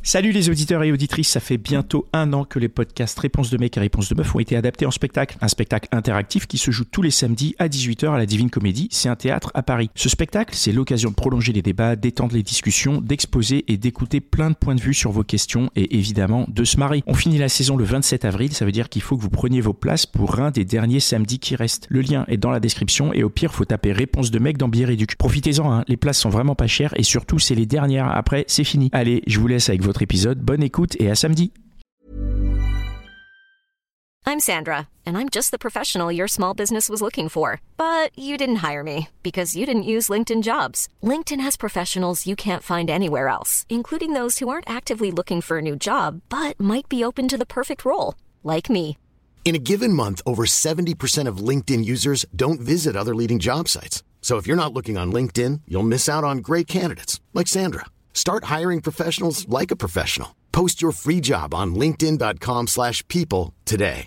Salut les auditeurs et auditrices, ça fait bientôt 1 an que les podcasts Réponse de mec et Réponse de meuf ont été adaptés en spectacle. Un spectacle interactif qui se joue tous les samedis à 18h à la Divine Comédie, c'est un théâtre à Paris. Ce spectacle, c'est l'occasion de prolonger les débats, d'étendre les discussions, d'exposer et d'écouter plein de points de vue sur vos questions et évidemment de se marrer. On finit la saison le 27 avril, ça veut dire qu'il faut que vous preniez vos places pour un des derniers samedis qui restent. Le lien est dans la description et au pire, faut taper Réponse de mec dans Bière et Duc. Profitez-en, hein, les places sont vraiment pas chères et surtout c'est les dernières, après c'est fini. Allez, je vous laisse avec votre épisode, bonne écoute et à samedi. I'm Sandra, and I'm just the professional your small business was looking for. But you didn't hire me because you didn't use LinkedIn Jobs. LinkedIn has professionals you can't find anywhere else, including those who aren't actively looking for a new job, but might be open to the perfect role, like me. In a given month, over 70% of LinkedIn users don't visit other leading job sites. So if you're not looking on LinkedIn, you'll miss out on great candidates like Sandra. Start hiring professionals like a professional. Post your free job on linkedin.com/people today.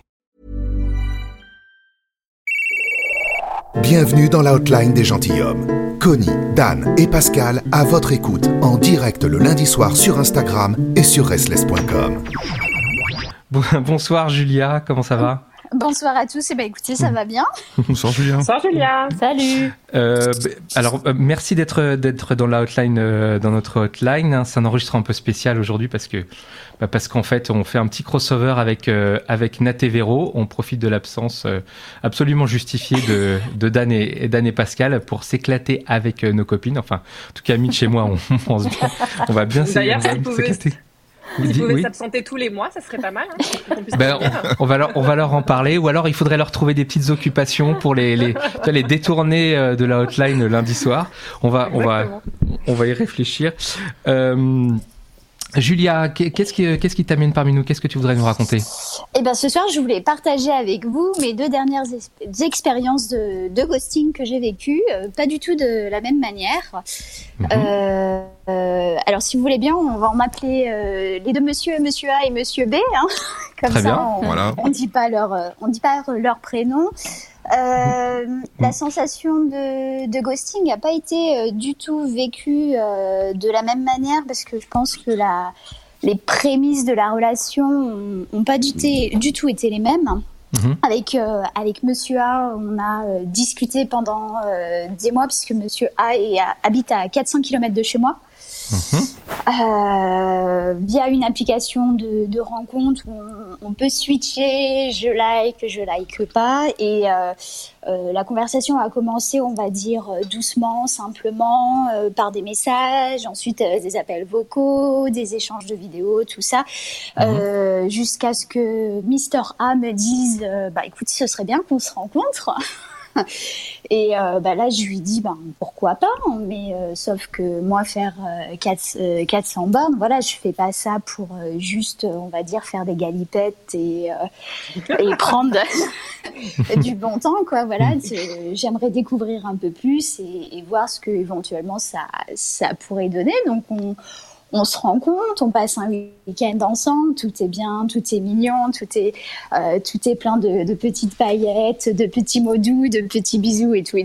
Bienvenue dans la hotline des gentilshommes. Connie, Dan et Pascal à votre écoute en direct le lundi soir sur Instagram et sur restless.com. Bonsoir Julia, comment ça va ? Bonsoir à tous, et écoutez, ça va bien. Bonsoir Julia. Bonsoir Julia. Salut. Merci d'être dans la hotline, dans notre hotline. C'est un enregistrement un peu spécial aujourd'hui parce qu'en fait on fait un petit crossover avec Nat et Véro. On profite de l'absence absolument justifiée de Dan et Pascal pour s'éclater avec nos copines. Enfin, en tout cas, Mitch et moi, on pense bien. On va bien s'éclater. Ils pouvaient s'absenter tous les mois, ça serait pas mal. On va leur en parler, ou alors il faudrait leur trouver des petites occupations pour les détourner de la hotline lundi soir. On va y réfléchir. Julia, qu'est-ce qui t'amène parmi nous ? Qu'est-ce que tu voudrais nous raconter ? Ce soir, je voulais partager avec vous mes 2 dernières expériences de ghosting que j'ai vécues, pas du tout de la même manière. Alors, si vous voulez bien, on va en m'appeler les 2 monsieur A et monsieur B. Hein. Comme très ça, bien, on dit pas leur prénom. La sensation de ghosting n'a pas été du tout vécue de la même manière parce que je pense que les prémices de la relation n'ont pas du tout été les mêmes. Avec Monsieur A, on a discuté pendant des mois puisque Monsieur A habite à 400 km de chez moi. Via une application de rencontre où on peut switcher, je like pas, et la conversation a commencé, on va dire, doucement, simplement, par des messages, ensuite des appels vocaux, des échanges de vidéos, tout ça, jusqu'à ce que Mister A me dise écoute, ce serait bien qu'on se rencontre. Et là je lui dis pourquoi pas, mais sauf que moi faire 400 bornes, voilà, je fais pas ça pour juste, on va dire, faire des galipettes et prendre du bon temps, quoi. Voilà, j'aimerais découvrir un peu plus et voir ce que éventuellement ça pourrait donner. Donc on se rend compte, on passe un week-end ensemble, tout est bien, tout est mignon, tout est plein de petites paillettes, de petits mots doux, de petits bisous et tout.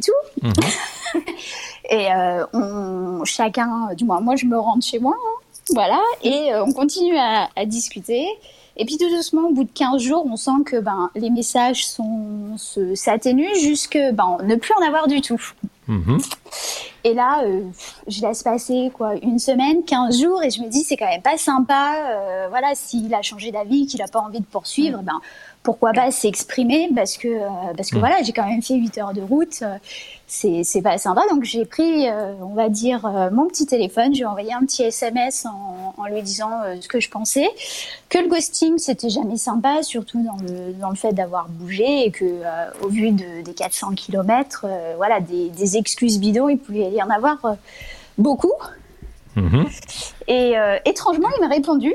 Et chacun, du moins moi je me rentre chez moi, hein, voilà, et on continue à discuter. Et puis tout doucement, au bout de 15 jours, on sent que les messages s'atténuent jusqu'à ne plus en avoir du tout. Et là, je laisse passer 1 semaine, 15 jours, et je me dis c'est quand même pas sympa. Voilà, s'il a changé d'avis, qu'il a pas envie de poursuivre, pourquoi pas s'exprimer, parce que voilà, j'ai quand même fait 8 heures de route. C'est pas sympa. Donc j'ai pris, on va dire, mon petit téléphone, j'ai envoyé un petit SMS en lui disant ce que je pensais, que le ghosting c'était jamais sympa, surtout dans le fait d'avoir bougé, et que au vu des 400 km, voilà, des excuses bidons, il pouvait y en avoir beaucoup. Et étrangement, il m'a répondu.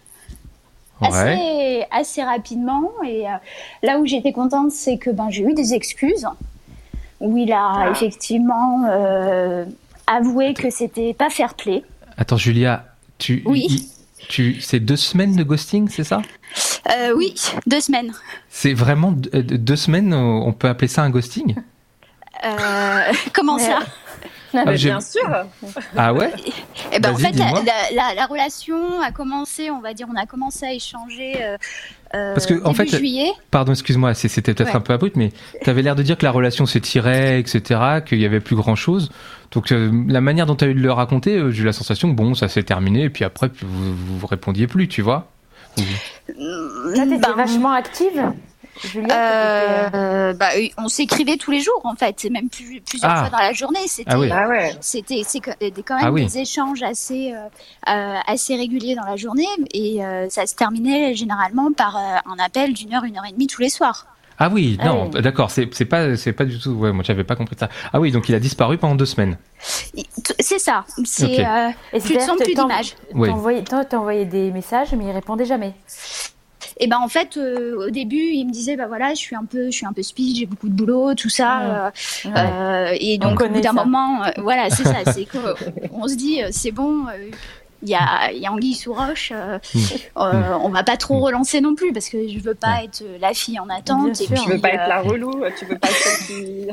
Assez rapidement, et là où j'étais contente, c'est que j'ai eu des excuses où il a effectivement avoué que c'était pas fair play. Attends Julia, c'est 2 semaines de ghosting, c'est ça ? Oui, 2 semaines. C'est vraiment 2 semaines, on peut appeler ça un ghosting ? Comment ça ? Bien sûr. Ah ouais. Et ben en Vas-y, fait, dis-moi. la relation a commencé, on va dire, on a commencé à échanger Parce que en début fait, juillet. pardon, excuse-moi, c'était peut-être Ouais. un peu abrupt, mais tu avais l'air de dire que la relation s'étirait, etc., qu'il y avait plus grand-chose. Donc la manière dont tu as eu de le raconter, j'ai eu la sensation que bon, ça s'est terminé, et puis après, vous répondiez plus, tu vois. Là, t'étais Ben, vachement active, Julia. on s'écrivait tous les jours en fait, et même plusieurs Ah. fois dans la journée. C'était, Ah oui. Ah ouais. c'est quand même Ah oui. des échanges assez réguliers dans la journée, et ça se terminait généralement par un appel d'1 heure, 1 heure et demie tous les soirs. Ah oui, Ah non, oui. d'accord, c'est pas du tout. Ouais, moi j'avais pas compris ça. Ah oui, donc il a disparu pendant 2 semaines. C'est ça. C'est Ok. Et plus de son, plus d'image. Oui. T'envoyais des messages, mais il répondait jamais. Et ben en fait, au début, il me disait bah voilà, je suis un peu speed, j'ai beaucoup de boulot, tout ça. Et On donc au connaît bout d'un ça. moment, voilà, c'est ça, c'est qu'on se dit c'est bon. Il y a anguille sous roche, on va pas trop relancer non plus parce que je veux pas être la fille en attente. Bien Et sûr. puis, Tu veux pas être la relou, tu veux pas être celle qui.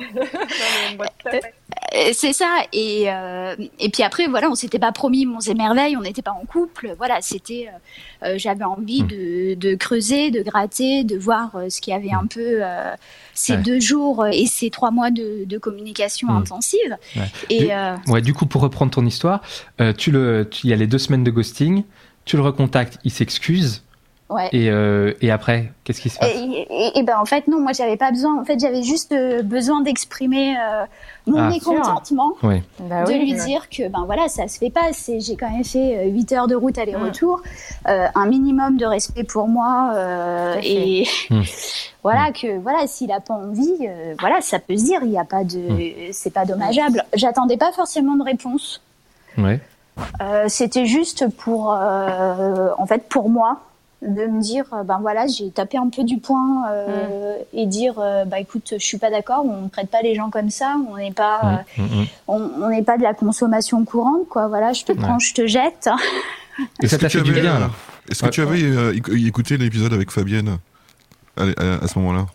c'est ça. Et puis après, voilà, on s'était pas promis monts et merveilles, on n'était pas en couple. Voilà, c'était, j'avais envie de creuser, de gratter, de voir ce qu'il y avait un peu ces 2 jours et ces 3 mois de communication intensive. Ouais. Et Ouais, du coup, pour reprendre ton histoire, il y a les 2 semaines de ghosting, tu le recontactes, il s'excuse, ouais. et après, qu'est-ce qui se passe? Et ben en fait non, moi j'avais pas besoin. En fait, j'avais juste besoin d'exprimer mon mécontentement. Oui. Bah De oui. lui dire que ben voilà, ça se fait pas. J'ai quand même fait 8 heures de route aller-retour, un minimum de respect pour moi, et voilà que voilà, s'il a pas envie, voilà, ça peut se dire. Il y a pas de, c'est pas dommageable. J'attendais pas forcément de réponse. Ouais. C'était juste pour, en fait, pour moi, de me dire, ben voilà, j'ai tapé un peu du poing et dire, bah écoute, je suis pas d'accord, on ne traite pas les gens comme ça, on n'est pas, on n'est pas de la consommation courante, quoi. Voilà, je te prends, je te jette. Et ça t'a fait du bien, alors? Est-ce que tu avais écouté l'épisode avec Fabienne à ce moment-là?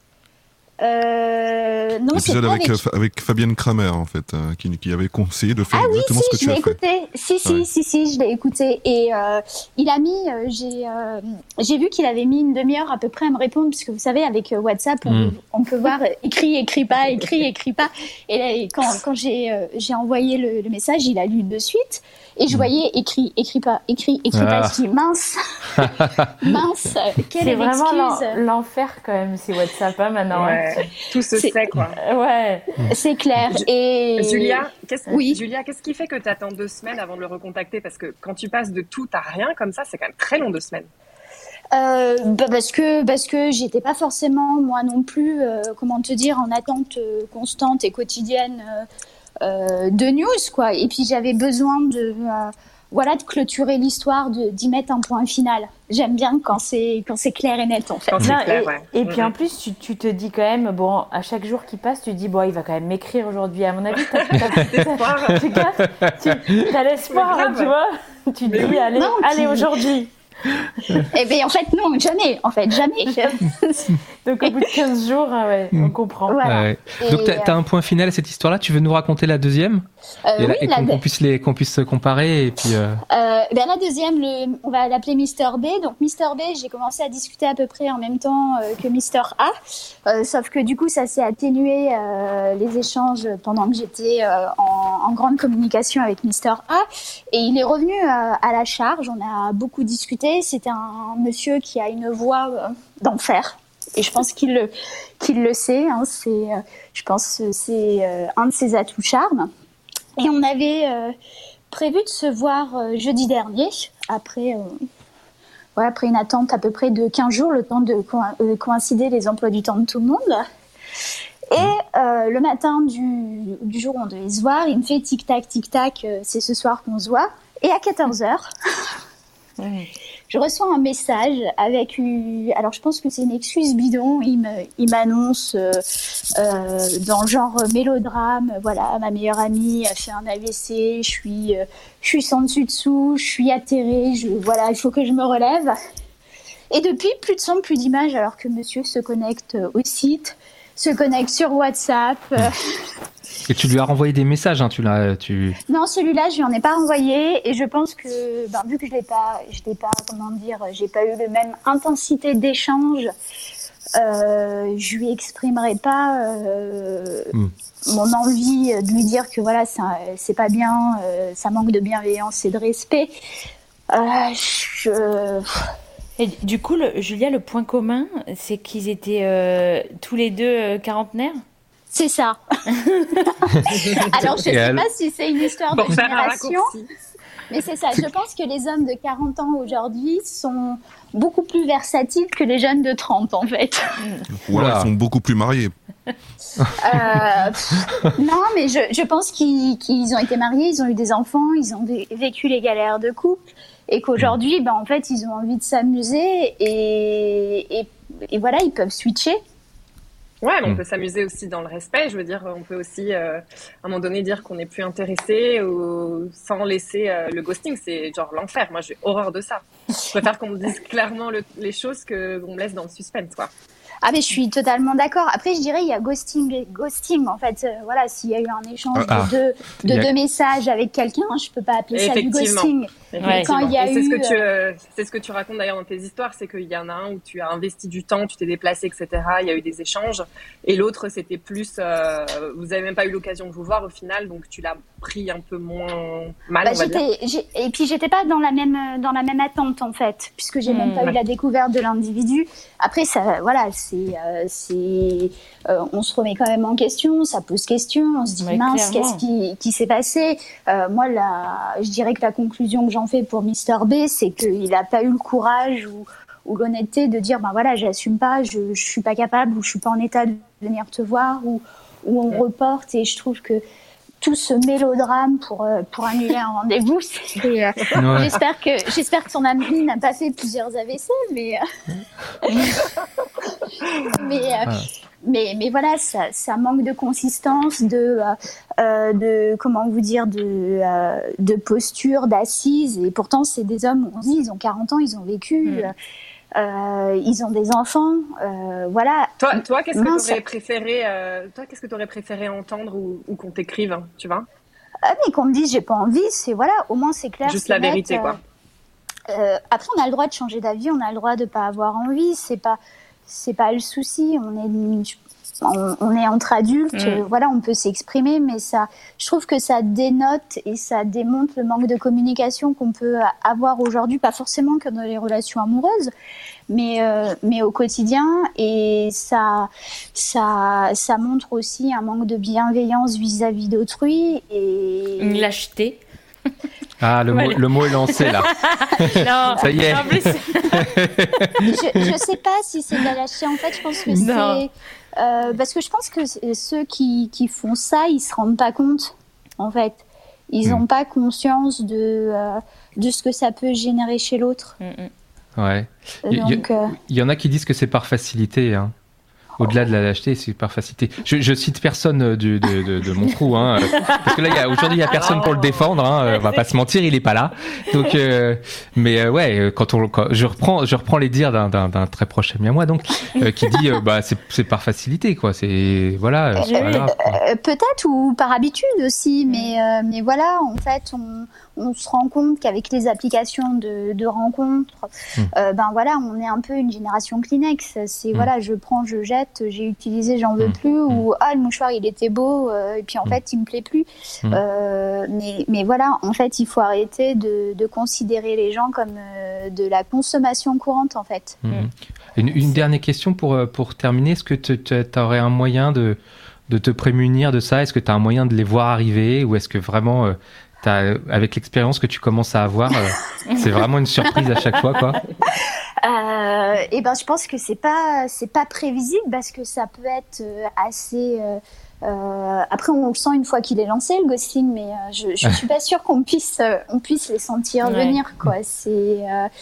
Non, c'est l'épisode pas avec Fabienne Kramer, en fait, qui avait conseillé de faire exactement ce que tu as fait. Écouté. Si, je l'ai écouté. Et il a mis, j'ai vu qu'il avait mis une demi-heure à peu près à me répondre, puisque vous savez, avec WhatsApp, on peut voir écrit pas. Et là, quand j'ai envoyé le message, il a lu de suite. Et je voyais écrit pas. Je dis mince, quelle C'est est l'excuse. vraiment L'enfer quand même, ces WhatsApp maintenant. Ouais. Tout se sait, quoi. Ouais. C'est clair. Et Julia, qu'est-ce qui fait que tu attends 2 semaines avant de le recontacter? Parce que quand tu passes de tout à rien comme ça, c'est quand même très long, 2 semaines. Parce que j'étais pas forcément moi non plus, comment te dire, en attente constante et quotidienne de news, quoi. Et puis j'avais besoin de clôturer l'histoire, d'y mettre un point final. J'aime bien quand c'est clair et net, en fait. Et puis en plus, tu te dis quand même, bon, à chaque jour qui passe, tu te dis, bon, il va quand même m'écrire aujourd'hui. À mon avis, t'as l'espoir, tu vois. Tu te dis, allez, aujourd'hui. Eh bien, en fait, non, jamais. Donc, au bout de 15 jours, on comprend. Voilà. Ouais. Donc, t'as un point final à cette histoire-là. Tu veux nous raconter la deuxième? Et qu'on puisse se comparer. Et puis, la deuxième, on va l'appeler Mister B. Donc, Mister B, j'ai commencé à discuter à peu près en même temps que Mister A. Sauf que du coup, ça s'est atténué les échanges pendant que j'étais en grande communication avec Mister A. Et il est revenu à la charge. On a beaucoup discuté. C'était un monsieur qui a une voix d'enfer. Et je pense qu'il le sait. Hein. Je pense que c'est un de ses atouts charmes. Et on avait prévu de se voir jeudi dernier, après une attente à peu près de 15 jours, le temps de coïncider les emplois du temps de tout le monde. Et le matin du jour où on devait se voir, il me fait tic-tac, c'est ce soir qu'on se voit. Et à 14h, je reçois un message avec alors je pense que c'est une excuse bidon. Il m'annonce dans le genre mélodrame, voilà, ma meilleure amie a fait un AVC, je suis sans dessus dessous, je suis atterrée, il faut que je me relève. Et depuis, plus de son, plus d'image, alors que monsieur se connecte au site, se connecte sur WhatsApp. Et tu lui as renvoyé des messages, hein, Non, celui-là, je lui en ai pas renvoyé, et je pense que, vu que je l'ai pas, j'ai pas eu la même intensité d'échange, je lui exprimerai pas mon envie de lui dire que voilà, c'est pas bien, ça manque de bienveillance et de respect. Et du coup, Julia, le point commun, c'est qu'ils étaient tous les deux quarantenaires ? C'est ça. Alors, je ne sais pas si c'est une histoire de génération, mais c'est ça. Je pense que les hommes de 40 ans aujourd'hui sont beaucoup plus versatiles que les jeunes de 30, en fait. Ou alors, ils sont beaucoup plus mariés. Non, mais je pense qu'ils ont été mariés, ils ont eu des enfants, ils ont vécu les galères de couple, et qu'aujourd'hui, en fait, ils ont envie de s'amuser, et voilà, ils peuvent switcher. Ouais, mais on peut s'amuser aussi dans le respect. Je veux dire, on peut aussi, à un moment donné, dire qu'on n'est plus intéressé ou sans laisser le ghosting. C'est genre l'enfer. Moi, j'ai horreur de ça. Je préfère qu'on me dise clairement les choses qu'on me laisse dans le suspense, quoi. Ah, mais je suis totalement d'accord. Après, je dirais, il y a ghosting et ghosting. En fait, voilà, s'il y a eu un échange de deux messages avec quelqu'un, je peux pas appeler ça du ghosting. Ouais. Quand il y a eu... c'est ce que tu racontes d'ailleurs dans tes histoires, c'est qu'il y en a un où tu as investi du temps, tu t'es déplacé, etc. Il y a eu des échanges. Et l'autre, c'était plus... vous avez même pas eu l'occasion de vous voir au final, donc tu l'as pris un peu moins mal, on va dire. Et puis, j'étais pas dans la même attente, en fait, puisque j'ai même pas eu la découverte de l'individu. Après, ça, voilà, on se remet quand même en question, ça pose question, on se dit mince, clairement. qu'est-ce qui s'est passé. Moi, je dirais que la conclusion que j'en fais pour Mr B, c'est qu'il n'a pas eu le courage ou l'honnêteté de dire voilà, j'assume pas, je suis pas capable, ou je suis pas en état de venir te voir, ou on reporte. Et je trouve que tout ce mélodrame pour annuler un rendez-vous, j'espère que son ami n'a pas fait plusieurs AVC, mais voilà, ça manque de consistance, de comment vous dire, de posture, d'assise. Et pourtant, c'est des hommes, on dit, ils ont 40 ans, ils ont vécu, ils ont des enfants, voilà. Toi, qu'est-ce que tu aurais préféré tu aurais préféré entendre ou qu'on t'écrive, hein, tu vois? Mais qu'on me dise j'ai pas envie, c'est voilà, au moins c'est clair. Juste la vérité, quoi. Après, on a le droit de changer d'avis, on a le droit de pas avoir envie, c'est pas le souci. On est entre adultes, voilà, on peut s'exprimer, mais je trouve que ça dénote et ça démontre le manque de communication qu'on peut avoir aujourd'hui, pas forcément que dans les relations amoureuses, mais au quotidien, et ça montre aussi un manque de bienveillance vis-à-vis d'autrui et une lâcheté. Ah, le mot est lancé là. Non, ça y est. En plus... je sais pas si c'est de la lâcheté. En fait, je pense que c'est parce que je pense que ceux qui font ça, ils se rendent pas compte. En fait, ils n'ont pas conscience de ce que ça peut générer chez l'autre. Ouais. Donc, il y en a qui disent que c'est par facilité, hein. Au-delà de la lâcheté, c'est par facilité. Je cite personne de mon crew, hein, parce que là, aujourd'hui, il y a personne pour le défendre. Hein, on va pas se mentir, il est pas là. Donc, mais ouais, quand je reprends les dires d'un très proche ami à moi, donc qui dit, c'est par facilité, quoi. C'est voilà. C'est pas grave, quoi. Peut-être ou par habitude aussi, mais voilà, en fait, on se rend compte qu'avec les applications de rencontres, voilà, on est un peu une génération Kleenex. C'est voilà, je prends, je jette. J'ai utilisé, j'en veux plus, ou le mouchoir il était beau, et puis en fait il me plaît plus. Mais voilà, en fait il faut arrêter de considérer les gens comme de la consommation courante, en fait. Une dernière question pour terminer. Est-ce que tu aurais un moyen de te prémunir de ça? Est-ce que tu as un moyen de les voir arriver, ou est-ce que vraiment avec l'expérience que tu commences à avoir, c'est vraiment une surprise à chaque fois, quoi? Et je pense que c'est pas prévisible, parce que ça peut être assez. Après, on le sent une fois qu'il est lancé, le ghosting, mais je suis pas sûre qu'on puisse les sentir venir, quoi. C'est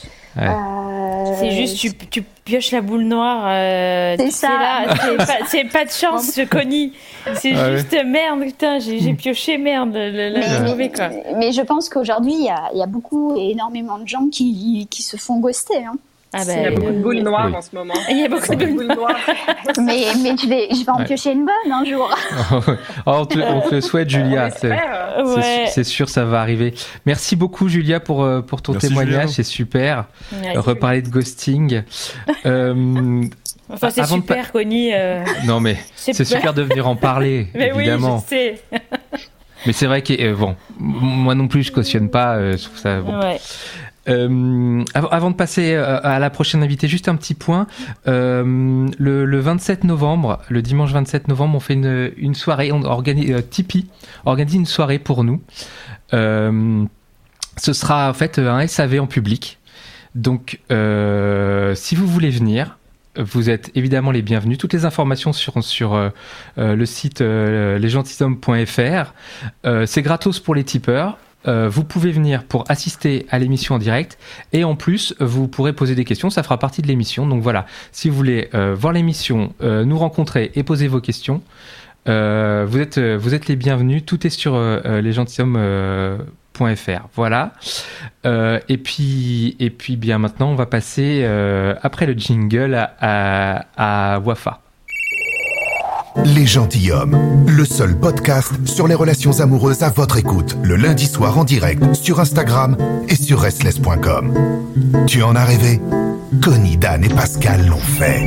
juste tu pioches la boule noire. C'est ça. C'est pas de chance, je Connie. C'est juste merde, putain, j'ai pioché, merde, le mauvais, quoi. Mais je pense qu'aujourd'hui, il y a énormément de gens qui se font ghoster, hein. Ah Il y a beaucoup de boules noires en ce moment. Il y a beaucoup de boules noires. mais je vais en piocher une bonne un jour. On te le souhaite, Julia. C'est sûr, ça va arriver. Merci beaucoup, Julia, pour ton témoignage. Julia. C'est super. Ouais, reparler de ghosting. Enfin, c'est super, Connie. Non, mais c'est super de venir en parler, mais évidemment. Oui, je sais. Mais c'est vrai que, bon, moi non plus, je cautionne pas. Je trouve ça bon. Ouais. Avant de passer à la prochaine invitée, juste un petit point. Le 27 novembre, le dimanche 27 novembre, on fait une soirée. Tipeee organise une soirée pour nous. Ce sera en fait un SAV en public. Donc, si vous voulez venir, vous êtes évidemment les bienvenus. Toutes les informations sur le site lesgentilshommes.fr. C'est gratos pour les tipeurs. Vous pouvez venir pour assister à l'émission en direct et en plus vous pourrez poser des questions, ça fera partie de l'émission. Donc voilà, si vous voulez voir l'émission, nous rencontrer et poser vos questions, vous êtes les bienvenus. Tout est sur lesgentilshommes.fr. Voilà. Et puis bien maintenant on va passer après le jingle à Wafa. Les Gentilshommes, le seul podcast sur les relations amoureuses à votre écoute, le lundi soir en direct sur Instagram et sur restless.com. Tu en as rêvé? Connie, Dan et Pascal l'ont fait.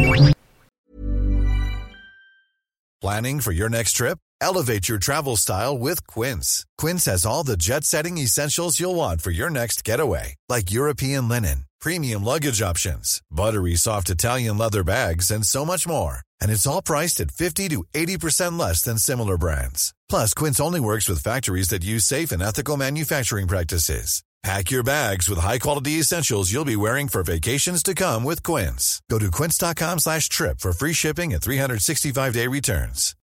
Planning for your next trip? Elevate your travel style with Quince. Quince has all the jet-setting essentials you'll want for your next getaway, like European linen, premium luggage options, buttery soft Italian leather bags, and so much more. And it's all priced at 50 to 80% less than similar brands. Plus, Quince only works with factories that use safe and ethical manufacturing practices. Pack your bags with high-quality essentials you'll be wearing for vacations to come with Quince. Go to quince.com/trip for free shipping and 365-day returns.